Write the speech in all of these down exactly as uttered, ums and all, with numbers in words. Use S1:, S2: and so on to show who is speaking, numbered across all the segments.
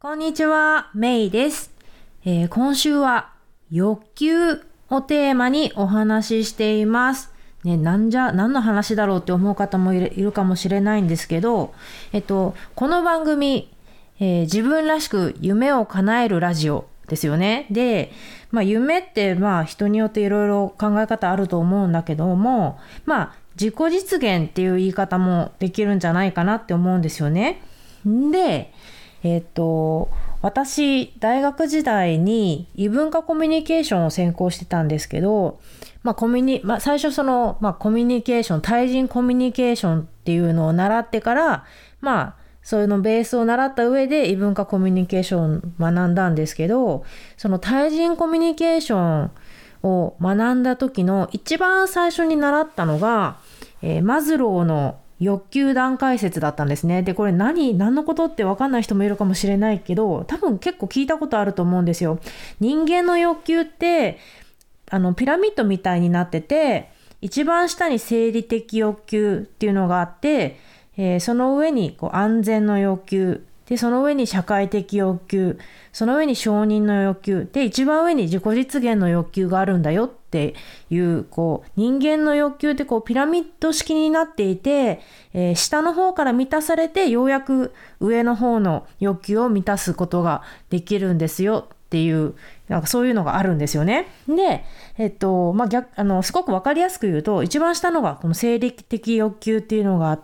S1: こんにちは、メイです、えー、今週は欲求をテーマにお話ししています。ね、なんじゃ、何の話だろうって思う方もいる、いるかもしれないんですけど、えっと、この番組、えー、自分らしく夢を叶えるラジオですよね。で、まあ夢ってまあ人によっていろいろ考え方あると思うんだけども、まあ自己実現っていう言い方もできるんじゃないかなって思うんですよね。で、えっと、私、大学時代に異文化コミュニケーションを専攻してたんですけど、まあコミュニ、まあ最初その、まあコミュニケーション、対人コミュニケーションっていうのを習ってから、まあそういうのベースを習った上で異文化コミュニケーションを学んだんですけど、その対人コミュニケーションを学んだ時の一番最初に習ったのが、えー、マズローの欲求段階説だったんですね。で、これ何、何のことって分かんない人もいるかもしれないけど、多分結構聞いたことあると思うんですよ。人間の欲求って、あの、ピラミッドみたいになってて、一番下に生理的欲求っていうのがあって、えー、その上にこう安全の欲求、で、その上に社会的欲求、その上に承認の欲求、で、一番上に自己実現の欲求があるんだよっていう、こう、人間の欲求ってこう、ピラミッド式になっていて、えー、下の方から満たされて、ようやく上の方の欲求を満たすことができるんですよっていう、なんかそういうのがあるんですよね。で、えっと、まあ、逆、あの、すごくわかりやすく言うと、一番下のがこの生理的欲求っていうのがあって、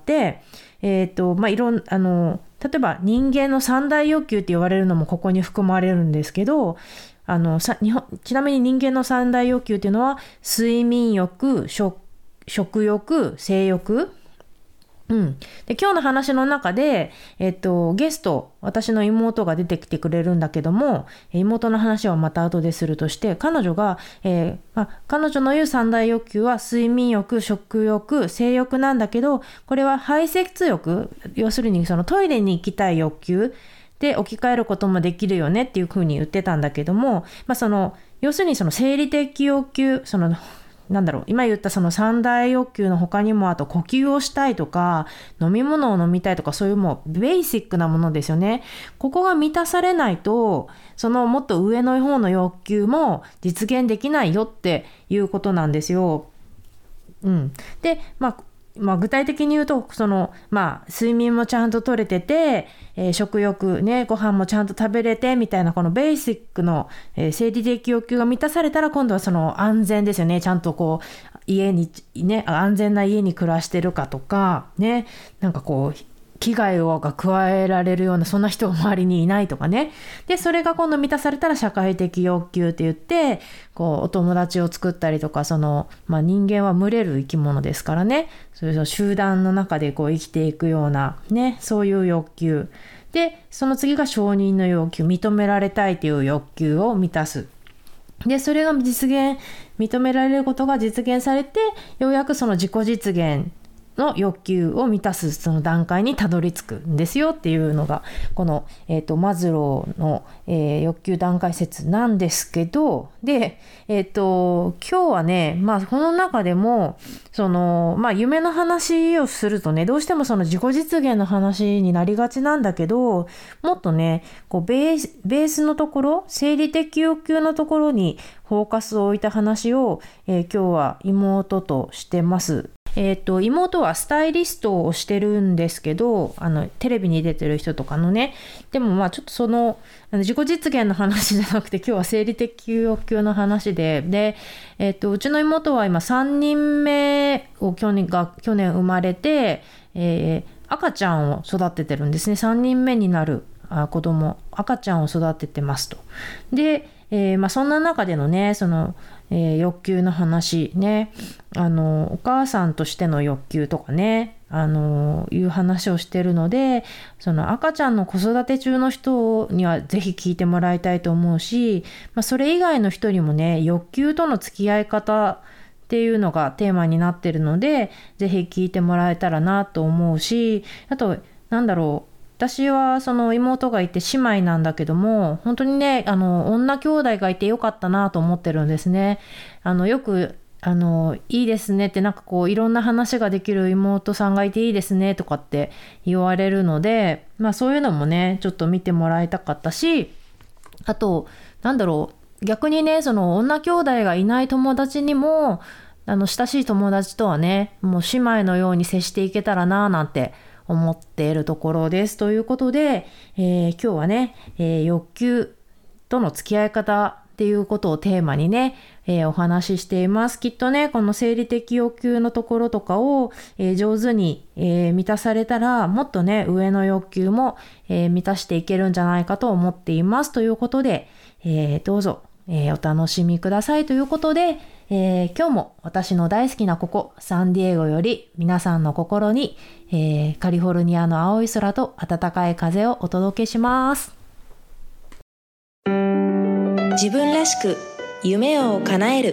S1: えっと、まあ、いろん、あの、例えば人間の三大欲求って言われるのもここに含まれるんですけど、あのさ日本ちなみに人間の三大欲求っていうのは睡眠欲、食、食欲、性欲。うん、で今日の話の中で、えっと、ゲスト、私の妹が出てきてくれるんだけども、妹の話はまた後でするとして、彼女が、えーまあ、彼女の言う三大欲求は睡眠欲、食欲、性欲なんだけど、これは排泄欲、要するにそのトイレに行きたい欲求で置き換えることもできるよねっていうふうに言ってたんだけども、まあ、その要するにその生理的欲求、そのなんだろう、今言ったその三大欲求の他にも、あと呼吸をしたいとか、飲み物を飲みたいとか、そういうもうベーシックなものですよね。ここが満たされないと、そのもっと上の方の欲求も実現できないよっていうことなんですよ。うん。で、まあ、まあ、具体的に言うと、その、まあ、睡眠もちゃんと取れてて、えー、食欲ね、ご飯もちゃんと食べれて、みたいな、このベーシックの、えー、生理的欲求が満たされたら、今度はその安全ですよね。ちゃんとこう、家に、ね、安全な家に暮らしてるかとか、ね、なんかこう、危害をが加えられるようなそんな人が周りにいないとかね。でそれが今度満たされたら社会的欲求って言ってこうお友達を作ったりとか、その、まあ、人間は群れる生き物ですからね、そういう集団の中でこう生きていくようなね、そういう欲求で、その次が承認の欲求、認められたいという欲求を満たす。でそれが実現認められることが実現されて、ようやくその自己実現の欲求を満たすその段階にたどり着くんですよっていうのがこの、えーと、マズローの、えー、欲求段階説なんですけど、で、えーと、今日はね、まあこの中でもその、まあ、夢の話をするとね、どうしてもその自己実現の話になりがちなんだけど、もっとねこうベース、ベースのところ、生理的欲求のところにフォーカスを置いた話を、えー、今日は妹としてます。えーと、妹はスタイリストをしてるんですけど、あのテレビに出てる人とかのね、でもまあちょっとその自己実現の話じゃなくて、今日は生理的欲求の話で、で、えーと、うちの妹は今さんにんめを去年が去年生まれて、えー、赤ちゃんを育ててるんですね。さんにんめになるあ子供、赤ちゃんを育ててますと。で、えーまあ、そんな中でのね、そのえー、欲求の話ね、あのお母さんとしての欲求とかね、あのいう話をしてるので、その赤ちゃんの子育て中の人にはぜひ聞いてもらいたいと思うし、まあ、それ以外の人にもね、欲求との付き合い方っていうのがテーマになってるので、ぜひ聞いてもらえたらなと思うし、あとなんだろう、私はその妹がいて姉妹なんだけども、本当にね、あの女兄弟がいてよかったなと思ってるんですね。あのよくあのいいですねって、なんかこういろんな話ができる妹さんがいていいですねとかって言われるので、まあそういうのもねちょっと見てもらいたかったし、あとなんだろう、逆にねその女兄弟がいない友達にも、あの親しい友達とはねもう姉妹のように接していけたらななんて思っているところです。ということで、えー今日はね、えー欲求との付き合い方っていうことをテーマにね、えーお話ししています。きっとね、この生理的欲求のところとかを、えー上手に、えー満たされたら、もっとね、上の欲求も、えー満たしていけるんじゃないかと思っています。ということで、えーどうぞ、えーお楽しみくださいということで、えー今日も私の大好きなここ、サンディエゴより皆さんの心に、えーカリフォルニアの青い空と暖かい風をお届けします。
S2: 自分らしく夢を叶える。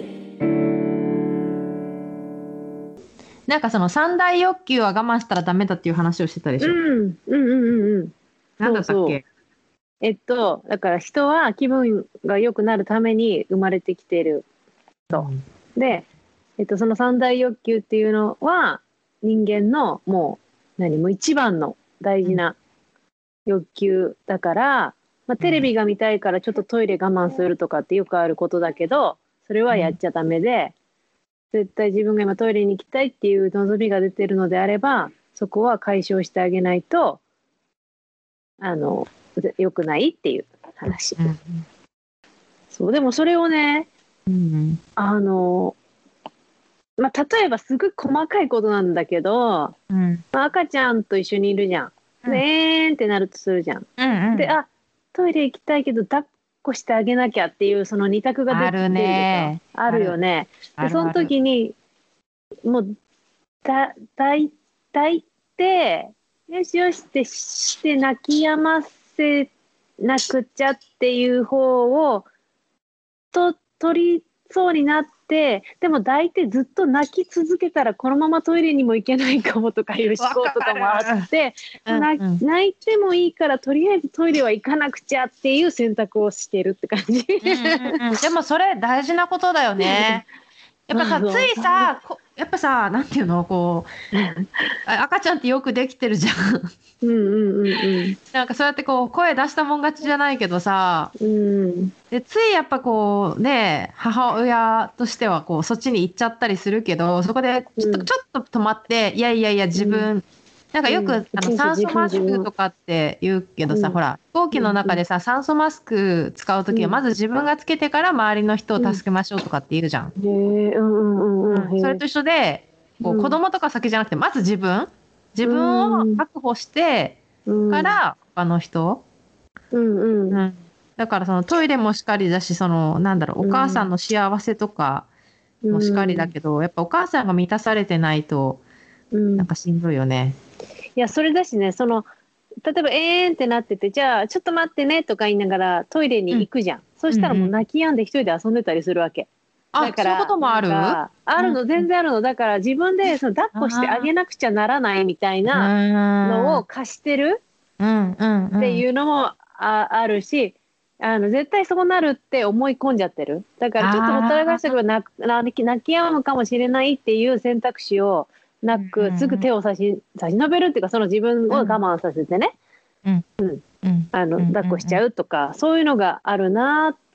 S1: なんかその三大欲求は我慢したらダメだっていう話をしてたでしょ。
S3: うん、うんうんうんうん。
S1: なんだったっ
S3: そうそう
S1: け？
S3: えっと、だから人は気分が良くなるために生まれてきてる。と。で、えっと、その三大欲求っていうのは、人間のもう、何、もう一番の大事な欲求だから、まあ、テレビが見たいからちょっとトイレ我慢するとかってよくあることだけど、それはやっちゃダメで、絶対自分が今トイレに行きたいっていう望みが出てるのであれば、そこは解消してあげないと、あの、ぜ良くないっていう話。
S1: うん
S3: そう、でもそれをね、
S1: うん
S3: あの、まあ、例えばすごい細かいことなんだけど、
S1: うん
S3: まあ、赤ちゃんと一緒にいるじゃん。
S1: うん
S3: で、えーんってなるとするじゃん。
S1: うんうん
S3: で、あ、トイレ行きたいけど抱っこしてあげなきゃっていうその二択が出
S1: あるね
S3: 出るでしょ。あるよね。で、その
S1: あるある
S3: 時に、もう、だ、抱い、抱いて、よしよしってして泣き止ませなくちゃっていう方を、と、取りそうになってでも抱いてずっと泣き続けたらこのままトイレにも行けないかもとかいう思考とかもあって
S1: うん
S3: な
S1: うん
S3: 泣いてもいいからとりあえずトイレは行かなくちゃっていう選択をしてるって感じ。
S1: うんうんうんでもそれ大事なことだよね。やっぱさ、
S3: そう
S1: ついさ、こやっぱさ、なんていうの、こう、あ赤ちゃんってよくできてるじゃん。
S3: うんうんうん
S1: なんかそうやってこう、声出したもん勝ちじゃないけどさ、
S3: うんうん
S1: で、ついやっぱこう、ね、母親としてはこう、そっちに行っちゃったりするけど、そこでちょっと、
S3: うん
S1: ちょっと止まって、いやいやいや、自分、なんかよく、
S3: うん
S1: あの
S3: 自分
S1: 酸素マス
S3: 自分
S1: クとかって言うけどさ、
S3: うん
S1: ほら、飛行機の中でさ、酸素マスク使うときは、
S3: うん
S1: まず自分がつけてから周りの人を助けましょうとかって言うじゃん。
S3: へえうんうんうんうんへえ
S1: それと一緒で、こ
S3: う
S1: うん子供とか先じゃなくて、まず自分、自分を確保して
S3: うん
S1: から他の人、
S3: うんうん
S1: うんだからそのトイレもしかりだし、そのなんだろう、お母さんの幸せとかもしかりだけど、やっぱお母さんが満たされてないと、
S3: うん
S1: なんかしんどいよね。
S3: いや、それだしね、その、例えば、えーんってなってて、じゃあ、ちょっと待ってねとか言いながらトイレに行くじゃん。そしたらもう泣き止んで一人で遊んでたりするわけ。
S1: あ、
S3: だから
S1: そういうこともある？
S3: なんかあるの、
S1: うん
S3: 全然あるの。だから自分でその抱っこしてあげなくちゃならないみたいなのを貸してる
S1: うんうんうん
S3: っていうのもああるし、あの絶対そうなるって思い込んじゃってる。だからちょっとほったらかしておけば泣く泣き泣き止むかもしれないっていう選択肢をな
S1: うんうん
S3: く、
S1: うん
S3: すぐ手を差し差し伸べるっていうか、その自分を我慢させてね、
S1: うん
S3: うん
S1: うん
S3: あの
S1: うん
S3: 抱っこしちゃうとか、そういうのがあるなーって、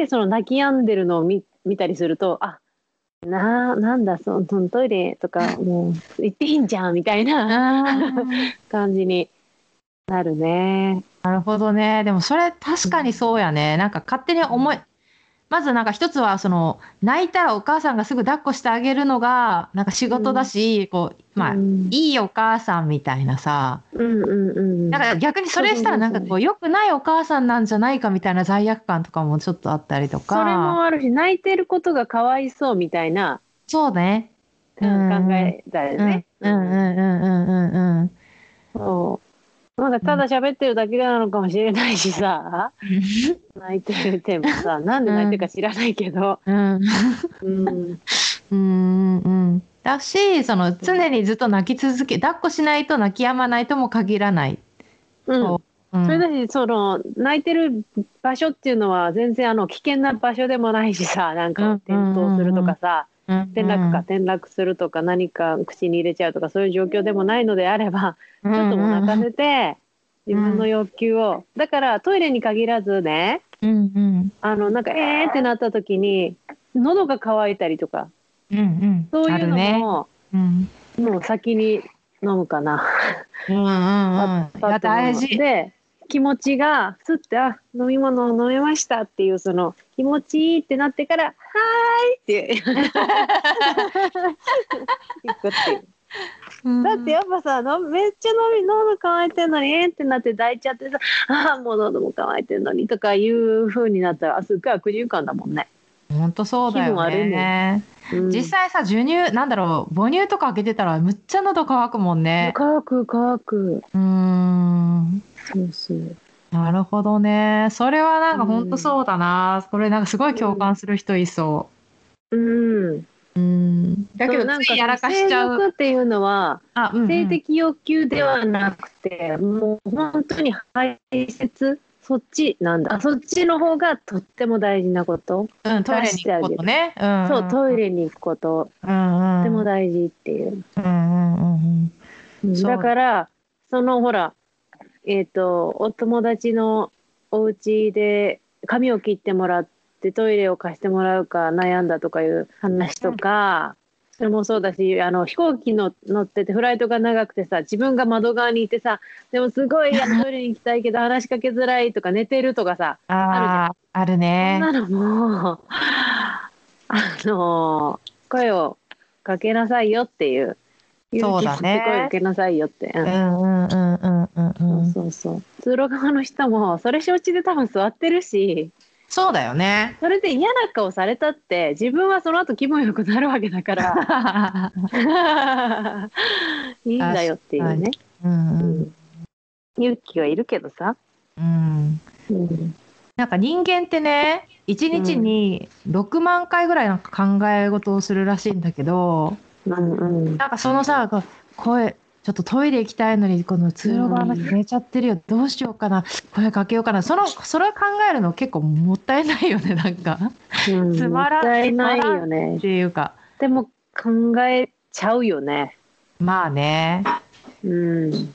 S3: その泣き止んでるのを見見たりすると、あ、ななんだそそのトイレとかもう行っていいんじゃんみたいな
S1: あー
S3: 感じになるね。
S1: なるほどね。でもそれ確かにそうやね。なんか勝手に思い、まずなんか一つはその泣いたらお母さんがすぐ抱っこしてあげるのがなんか仕事だし、こうまあ、
S3: うん
S1: いいお母さんみたいなさ、
S3: うんうんうん。
S1: なんか逆にそれしたらなんかこう良くないお母さんなんじゃないかみたいな罪悪感とかもちょっとあったりとか。
S3: それもあるし、泣いてることがかわいそうみたいな、
S1: そうね。
S3: うん
S1: うん
S3: 考えだよね。
S1: うんうんうんうんうんうん。
S3: そうなんかただ喋ってるだけなのかもしれないしさ、泣いててもさ、なんで泣いてるか知らないけど、
S1: うん
S3: うん、
S1: うんうんだし、その常にずっと泣き続け、抱っこしないと泣き止まないとも限らない。
S3: うん。
S1: そううん
S3: それだし、その泣いてる場所っていうのは全然あの危険な場所でもないしさ、なんか転倒するとかさ、
S1: うん
S3: 転落か転落するとか何か口に入れちゃうとかそういう状況でもないのであれば、
S1: うん
S3: ちょっともう泣かせて自分の
S1: うん
S3: 欲求を、だからトイレに限らずね、
S1: うんうん
S3: あのなんかえーってなった時に喉が渇いたりとか
S1: うんうん
S3: そういうの
S1: あるね。
S3: も
S1: うん
S3: もう先に飲むかな。
S1: うんうんうん。
S3: パ
S1: いや
S3: ッと飲む
S1: 大事。
S3: で気持ちがすってあ飲み物を飲めましたっていうその気持ちいいってなってからはーいって行くっていう。だってやっぱさのめっちゃ飲み喉乾いてんのにえーってなって抱いちゃってさあーもう喉も乾いてんのにとかいう風になったらあすっごい悪循環だもんね。
S1: ほんとそうだよ
S3: 気分悪いもん
S1: ね。
S3: うん、
S1: 実際さ授乳なんだろう母乳とか開けてたらむっちゃ喉乾くもんね。
S3: 乾く乾く。
S1: うーん。
S3: そうそう
S1: なるほどね。それはなんかほんとそうだな。これなんかすごい共感する人いそ
S3: うん
S1: う。うん。だけど
S3: そうなんか
S1: ついやらかしちゃ
S3: 性欲
S1: う。
S3: っていうのは
S1: あ、うん、うん。
S3: 性的欲求ではなくて、もう本当に排泄そっちなんだ。あそっちの方がとっても大事なこと。
S1: うん、トイレに行くことね。うん、うん。
S3: そう、トイレに行くこと、
S1: うんうん。
S3: とっても大事っていう。
S1: うんうんうんうん。そう
S3: だからそのほらえっ、とお友達のお家で髪を切ってもらってトイレを貸してもらうか悩んだとかいう話とか、それもそうだしあの飛行機の乗っててフライトが長くてさ自分が窓側にいてさでもすごいあのトイレに行きたいけど話しかけづらいとか寝てるとかさあるじゃん。
S1: ああ、ある
S3: そん
S1: ね。
S3: なのもあの声をかけなさいよっていう
S1: そうだ
S3: 勇気を持って声をか
S1: ね。
S3: けなさいよって、う
S1: うんんうんうんうんうんうん。
S3: そうそうそう通路側の人もそれ承知で多分座ってるし
S1: そうだよね。
S3: それで嫌な顔されたって自分はその後気分良くなるわけだからいいんだよっていうね、
S1: うんう
S3: うんん、勇気はいるけどさ、
S1: うん。
S3: うん
S1: なんか人間ってね、いちにちにろくまんかいぐらいなんか考え事をするらしいんだけど、
S3: うんうん
S1: なんかそのさ、こう声、ちょっとトイレ行きたいのに、この通路側の人寝ちゃってるよ、どうしようかな、声かけようかな、その、それを考えるの結構もったいないよね、なんか。
S3: うん
S1: つまら
S3: もったいないよ
S1: っ
S3: ね。
S1: ていうか。
S3: でも考えちゃうよね。
S1: まあね、
S3: うん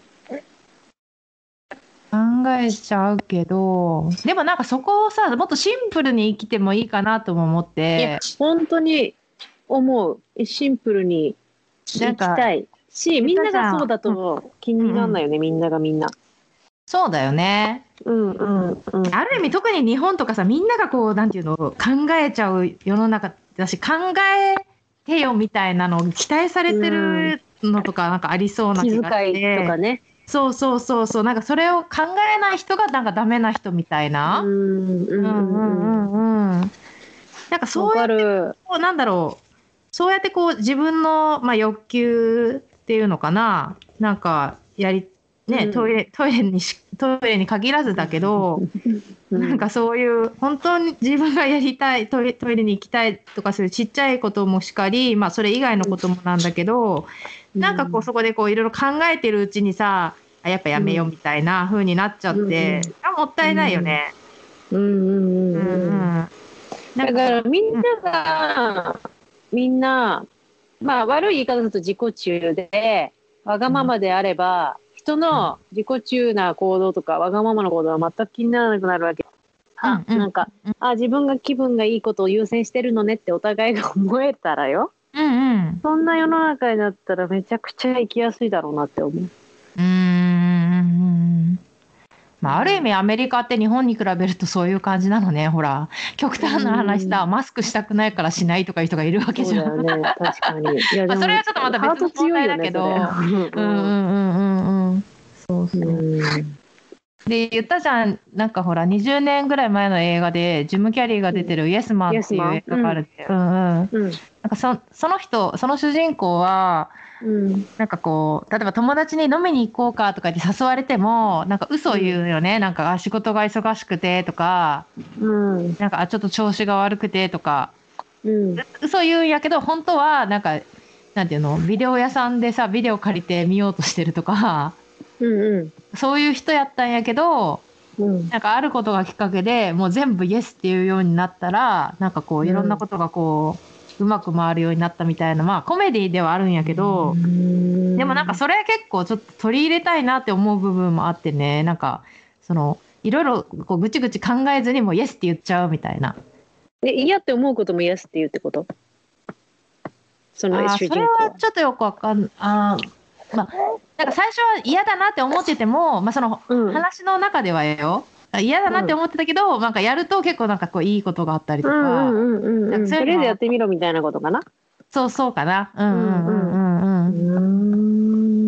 S1: 考えちゃうけど、でもなんかそこをさ、もっとシンプルに生きてもいいかなとも思っ
S3: いや
S1: て、
S3: 本当に思う。シンプルに
S1: なんか
S3: 生きたいしみんながそうだ
S1: うん
S3: と気にならないよね、みんながみんな。
S1: そうだよね。
S3: うんうんうん。
S1: ある意味特に日本とかさみんながこうなんていうの考えちゃう世の中だし考えてよみたいなのを期待されてるのとかなんかありそうな
S3: 気
S1: 気がし
S3: 遣いとか
S1: て、
S3: ね。
S1: そうそうそうそうなんかそれを考えない人がなんかダメな人みたいな。
S3: うんうんうん
S1: うんうんうんうん。なんかそうやって
S3: わかる。
S1: こうなんだろうそうやってこう自分のまあ欲求っていうのかななんかやりね、
S3: うん
S1: トイレトイレにしトイレに限らずだけど。なんかそういう本当に自分がやりたいトイレ、トイレに行きたいとかそういうちっちゃいこともしかり、まあ、それ以外のこともなんだけど、なんかこうそこでこういろいろ考えてるうちにさあやっぱやめようみたいな風になっちゃって、あもったいないよね。
S3: うんうんうん
S1: うん
S3: うん。
S1: うん
S3: だからみんながみんなまあ悪い言い方すると自己中でわがままであれば、人の自己中な行動とかわがままな行動は全く気にならなくなるわけ。あ、
S1: うんうん
S3: なんか、あ、自分が気分がいいことを優先してるのねってお互いが思えたらよ。
S1: うんうん
S3: そんな世の中になったらめちゃくちゃ生きやすいだろうなって思う。
S1: うーんまあ、ある意味アメリカって日本に比べるとそういう感じなのね。ほら極端な話さマスクしたくないからしないとかいう人がいるわけじゃん。
S3: そうだよね、確かに。いや
S1: まあそれはちょっとまた別の問題だけど、
S3: ハート強いよね、それ。
S1: うんうんうんうんうんそうそう。
S3: うん
S1: で言ったじゃんなんかほらにじゅうねんぐらい前の映画でジム・キャリーが出てる「イエスマン」っていう映画があるって、うんうん
S3: うん
S1: なんかそその人その主人公は
S3: うん
S1: なんかこう例えば友達に飲みに行こうかとか言って誘われてもなんか嘘を言うよね、なんかあ仕事が忙しくてとか
S3: うん
S1: なんかあちょっと調子が悪くてとか
S3: うん
S1: 嘘言うんやけど本当はなんかなんていうのビデオ屋さんでさビデオ借りて見ようとしてるとか
S3: うん
S1: そういう人やったんやけど
S3: うん
S1: なんかあることがきっかけでもう全部イエスっていうようになったらなんかこういろんなことがこううまく回るようになったみたいな、まあコメディではあるんやけど、でもなんかそれ結構ちょっと取り入れたいなって思う部分もあってね、なんかそのいろいろこうぐちぐち考えずにもうイエスって言っちゃうみたいな。
S3: で嫌って思うこともイエスって言うってこと？その
S1: あそれはちょっとよくわかんあまあなんか最初は嫌だなって思ってても、まあその話の中ではよ、うん、嫌だなって思ってたけど、うん、なんかやると結構なんかこういいことがあったりとか、と
S3: りあえずやってみろみたいなことかな。
S1: そうそうかな。うんうんうんうんうん。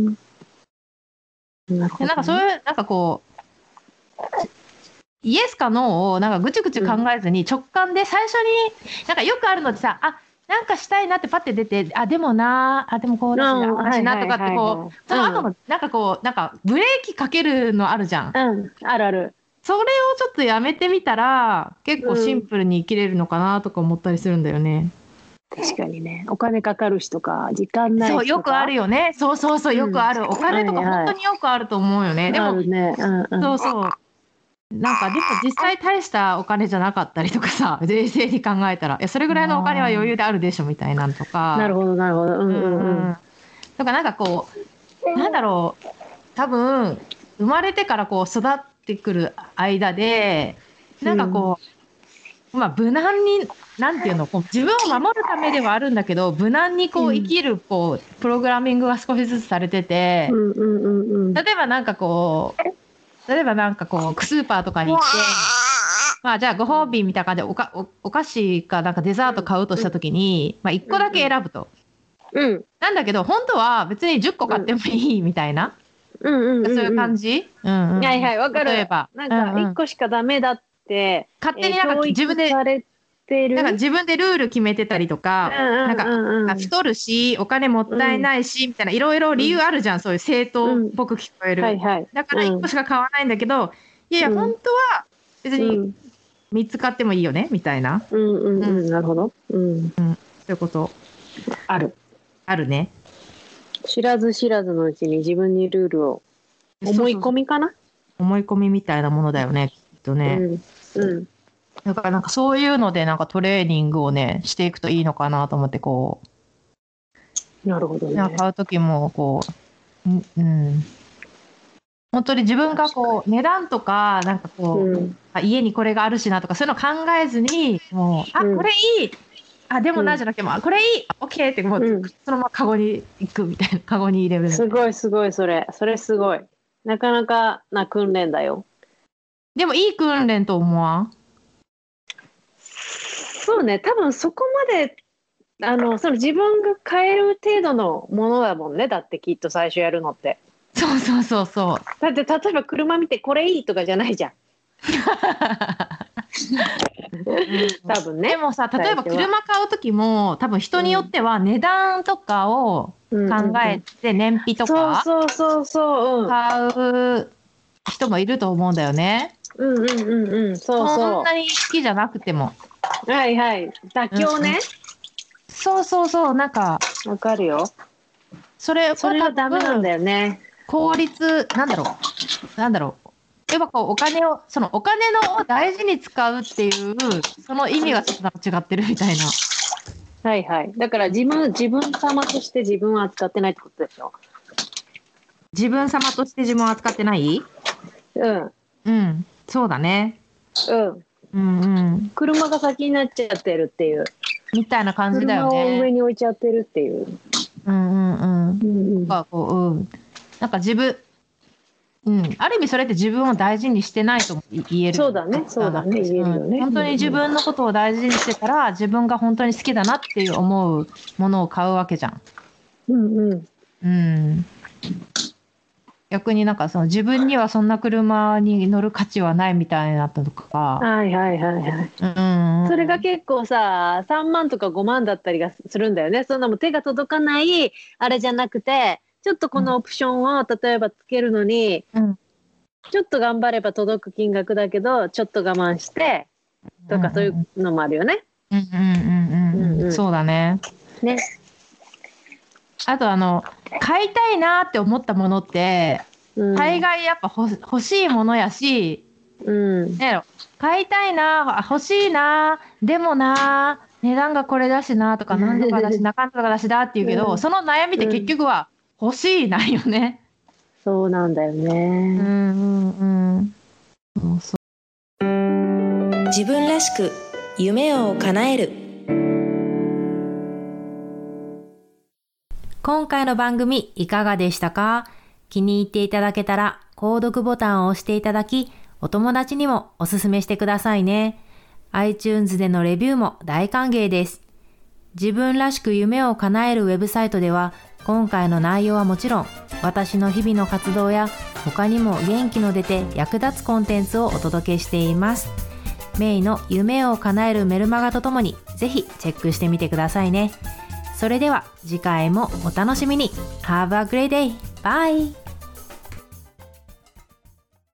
S1: うんなんかそういうなんかこうイエスかノーをなんかぐちぐち考えずに直感で最初になんかよくあるのってさ、あなんかしたいなってパッて出て、あでもなあでもこうだしな、うん、私なとかってこうその後のなんかこうなんかブレーキかけるのあるじゃん。
S3: うん、あるある。
S1: それをちょっとやめてみたら結構シンプルに生きれるのかなとか思ったりするんだよね。
S3: うん、確かにね、お金かかるしとか時間ないしとか。
S1: そうよくあるよね。そうそうそうよくある、うん、お金とか本当によくあると思うよね。はいはい、でも、
S3: ねうんうん、
S1: そうそうなんかでも実際大したお金じゃなかったりとかさ、冷静に考えたらいやそれぐらいのお金は余裕であるでしょみたいなのとか。
S3: なるほどなるほど。うんうんうん。
S1: とかなんかこうなんだろう多分生まれてからこう育ってくる間でなんかこう、うん、まあ無難になんていうのこう自分を守るためではあるんだけど無難にこう生きるこうプログラミングが少しずつされてて、うんうんうんうん、例えばなんかこう例えばなんかこうスーパーとかに行ってまあじゃあご褒美みたいな感じでおか お, お菓子かなんかデザート買うとした時に、まあ、いっこだけ選ぶと、うん、なんだけど本当は別にじゅっこ買ってもいいみたいな、うんうんうんうん、そういう感じ、うんうん、
S3: はいはいわかる。
S1: 例えば
S3: なんかいっこしかダメだって、
S1: うんうん、勝手になんか自分で、
S3: えー、教育されてるなん
S1: か自分でルール決めてたりとか、うんうんうんうん、なんか太るしお金もったいないし、うん、みたいないろいろ理由あるじゃん、うん、そういう正当っぽく聞こえる、うんはいはい、だからいっこしか買わないんだけど、うん、いやいや、うん、本当は別にみっつ買ってもいいよねみたいな、
S3: うんうんうん、なるほど、うんうん、
S1: そういうこと
S3: ある
S1: あるね。
S3: 知らず知らずのうちに自分にルールを思い込みかな、そうそう
S1: そう思い込みみたいなものだよねきっとね、
S3: うんうん、
S1: だからなんかそういうのでなんかトレーニングをねしていくといいのかなと思ってこ
S3: うなるほどね。
S1: 買う時もこう、うん、うん、本当に自分がこう値段とかなんかこう、うん、家にこれがあるしなとかそういうの考えずにもうあ、うん、これいいあでもなじゃなくても、うん、これいいオッケーってもう、うん、そのままカゴに行くみたいなカゴに入れる。
S3: すごいすごいそれそれすごいなかなかな訓練だよ。
S1: でもいい訓練と思わん？
S3: そうね多分そこまであのその自分が買える程度のものだもんね。だってきっと最初やるのって
S1: そうそうそうそう
S3: だって例えば車見てこれいいとかじゃないじゃん多分ね。
S1: でもさ例えば車買う時も多分人によっては値段とかを考えて燃費とか
S3: そうそうそう
S1: 買う人もいると思うんだよね。
S3: うんうんうんうんそうそう
S1: そんなに好きじゃなくても
S3: はいはい妥協ね、うんうん、
S1: そうそうそうなんか
S3: わかるよ。
S1: それ
S3: それはダメなんだよね。
S1: 効率なんだろうなんだろうやっぱこうお金をそのお金のを大事に使うっていうその意味がちょっと違ってるみたいな。
S3: はいはい。だから自分自分様として自分を扱ってないってことでしょ。
S1: 自分様として自分を扱ってない？
S3: うん
S1: うんそうだね。
S3: うん
S1: うんうん。
S3: 車が先になっちゃってるっていう
S1: みたいな感じだよね。
S3: 車を上に置いちゃってるっていう。
S1: うんうんうん。うんうん、かこううんなんか自分うん、ある意味それって自分を大事にしてないと言える。
S3: そうだね、そうだね、言えるよね、
S1: うん。本当に自分のことを大事にしてたら、自分が本当に好きだなっていう思うものを買うわけじゃん。
S3: うんうん。
S1: うん。逆になんかその自分にはそんな車に乗る価値はないみたいなとか。
S3: はいはいはいはい。うん。それが結構さ、さんまんとかごまんだったりがするんだよね。そんなも手が届かないあれじゃなくて。ちょっとこのオプションを例えばつけるのに、うん、ちょっと頑張れば届く金額だけどちょっと我慢してとかそういうのもあるよね。
S1: うんうんうんうん。そうだね。
S3: ね。
S1: あとあの買いたいなって思ったものって、うん、大概やっぱほ欲しいものやし、うん、ね、買いたいな欲しいなでもな値段がこれだしなとか、何とかだしな、かんとかだしだって言うけど、
S3: うん
S1: その悩みって結局は欲しいなんよね。
S3: そうなんだよね。
S1: うんうんうん。そうそう。
S2: 自分らしく夢を叶える。
S1: 今回の番組いかがでしたか？気に入っていただけたら購読ボタンを押していただき、お友達にもおすすめしてくださいね。iTunes でのレビューも大歓迎です。自分らしく夢を叶えるウェブサイトでは、今回の内容はもちろん、私の日々の活動や他にも元気の出て役立つコンテンツをお届けしています。メイの夢を叶えるメルマガとともに、ぜひチェックしてみてくださいね。それでは次回もお楽しみに。Have a great day! Bye!